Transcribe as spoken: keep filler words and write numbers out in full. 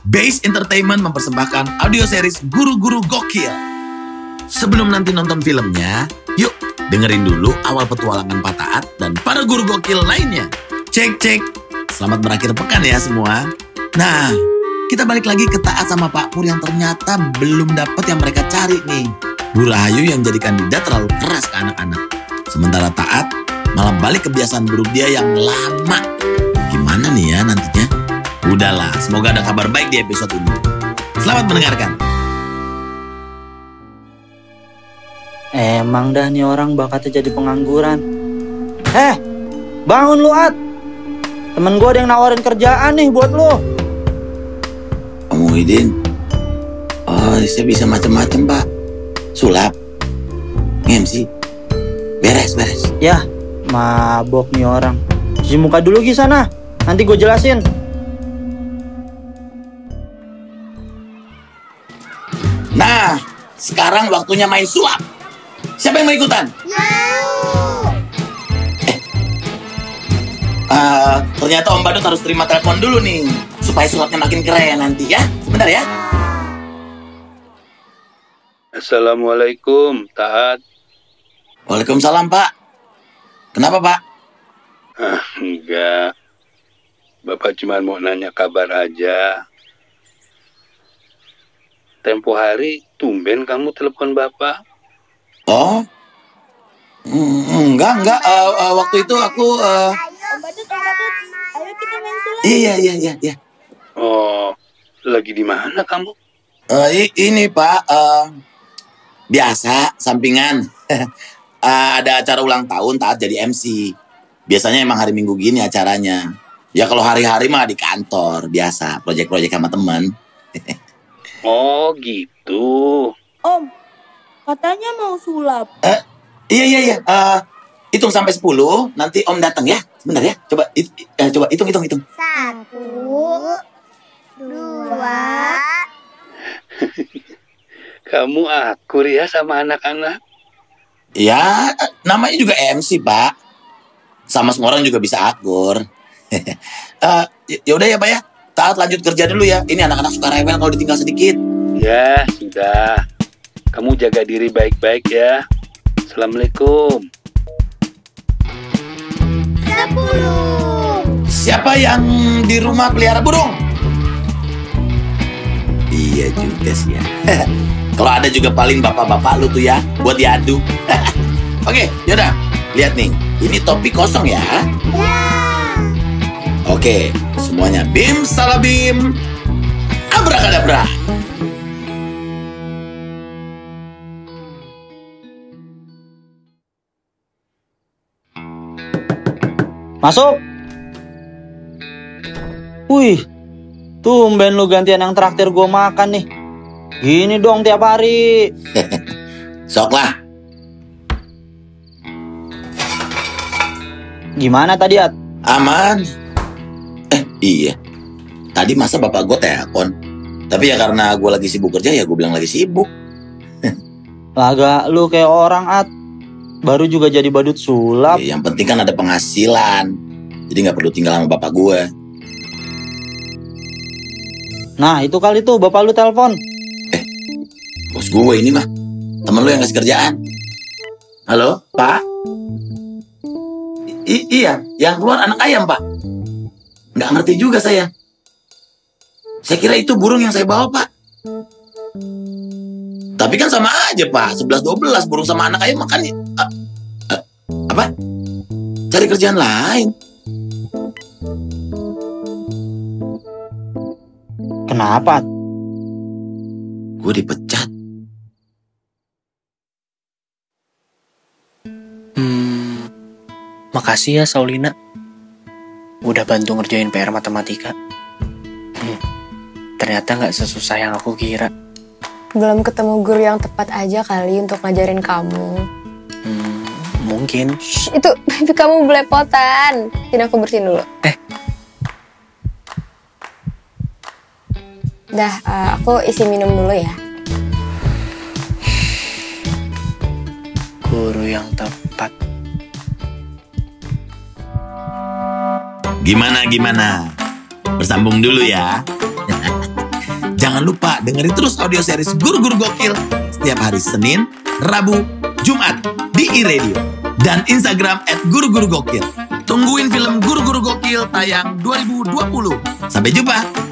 Base Entertainment mempersembahkan audio series Guru-Guru Gokil. Sebelum nanti nonton filmnya, yuk dengerin dulu awal petualangan Pak Taat dan para guru gokil lainnya. Cek, cek. Selamat berakhir pekan ya semua. Nah, kita balik lagi ke Taat sama Pak Pur yang ternyata belum dapat yang mereka cari nih. Bu Rahayu yang jadi kandidat terlalu keras ke anak-anak. Sementara Taat malah balik kebiasaan buruk dia yang lama. Gimana nih ya nantinya? Udahlah, semoga ada kabar baik di episode ini. Selamat mendengarkan. Emang dah nih orang bakatnya jadi pengangguran. Eh, bangun lu, At. Temen gue ada yang nawarin kerjaan nih buat lu. Om Muhyiddin, oh saya bisa macam-macam Pak. Sulap, M C, beres, beres. Ya, mabok nih orang. Cuci muka dulu Gi sana, nanti gue jelasin. Nah, sekarang waktunya main sulap. Siapa yang mau ikutan? Eh, uh, ternyata Om Badut harus terima telepon dulu nih, supaya sulapnya makin keren nanti ya. Sebentar ya. Assalamualaikum, Taat. Waalaikumsalam, Pak. Kenapa, Pak? Ah, enggak. Bapak cuma mau nanya kabar aja. Tempo hari, tumben kamu telepon Bapak. Oh, mm, enggak, enggak. Uh, uh, waktu itu aku... Uh... Om Badut, Om Badut, ayo kita main sulap. Iya, iya, iya, iya. Oh, lagi di mana kamu? Uh, ini, Pak. Uh, biasa, sampingan. uh, ada acara ulang tahun, Taat jadi M C. Biasanya emang hari Minggu gini acaranya. Ya kalau hari-hari mah di kantor, biasa. Proyek-proyek sama teman. Oh, gitu. Om, katanya mau sulap. Uh, iya, iya, iya. Uh, hitung sampai sepuluh, nanti Om datang ya. Sebentar ya. Coba, it, uh, coba hitung, hitung, hitung. Satu, dua. Kamu akur ya sama anak-anak? Ya, namanya juga M C, Pak. Sama semua orang juga bisa akur. uh, ya udah ya, Pak ya. Taat lanjut kerja dulu ya. Ini anak-anak suka rewel kalau ditinggal sedikit. Ya, sudah. Kamu jaga diri baik-baik ya. Assalamualaikum. Sepuluh. Siapa yang di rumah pelihara burung? Iya juga sih ya. Kalau ada juga paling bapak-bapak lu tuh ya, buat diadu. Oke, yaudah. Lihat nih, ini topi kosong ya. Ya. Oke, semuanya bim salabim. Abrakadabra. Masuk. Wih, tumben lu gantian yang traktir gue makan nih. Gini dong tiap hari. Sok lah. Gimana tadi, At? Aman. Eh, iya. Tadi masa bapak gue telepon. Tapi ya karena gue lagi sibuk kerja, ya gue bilang lagi sibuk. Laga lu kayak orang, At. Baru juga jadi badut sulap. Ya, yang penting kan ada penghasilan. Jadi gak perlu tinggal sama bapak gue. Nah, itu kali tuh bapak lu telepon. Eh, bos gue ini mah. Temen lu yang ngasih kerjaan. Halo, Pak? I iya, yang keluar anak ayam, Pak. Nggak ngerti juga saya. Saya kira itu burung yang saya bawa, Pak. Tapi kan sama aja, Pak. sebelas dua belas burung sama anak ayam makan. Uh, uh, apa? Cari kerjaan lain. Kenapa? Gue dipecat. Makasih ya Saulina, udah bantu ngerjain P R matematika. Hmm, ternyata gak sesusah yang aku kira. Belum ketemu guru yang tepat aja kali untuk ngajarin kamu. Hmm, mungkin. Shh, itu pipi kamu belepotan. Sini aku bersihin dulu. Eh. Dah, uh, aku isi minum dulu ya. Guru yang tepat. Gimana, gimana? Bersambung dulu ya. Jangan lupa dengerin terus audio series Guru-Guru Gokil setiap hari Senin, Rabu, Jumat di iRadio dan Instagram at guru-guru gokil. Tungguin film Guru-Guru Gokil tayang dua ribu dua puluh. Sampai jumpa.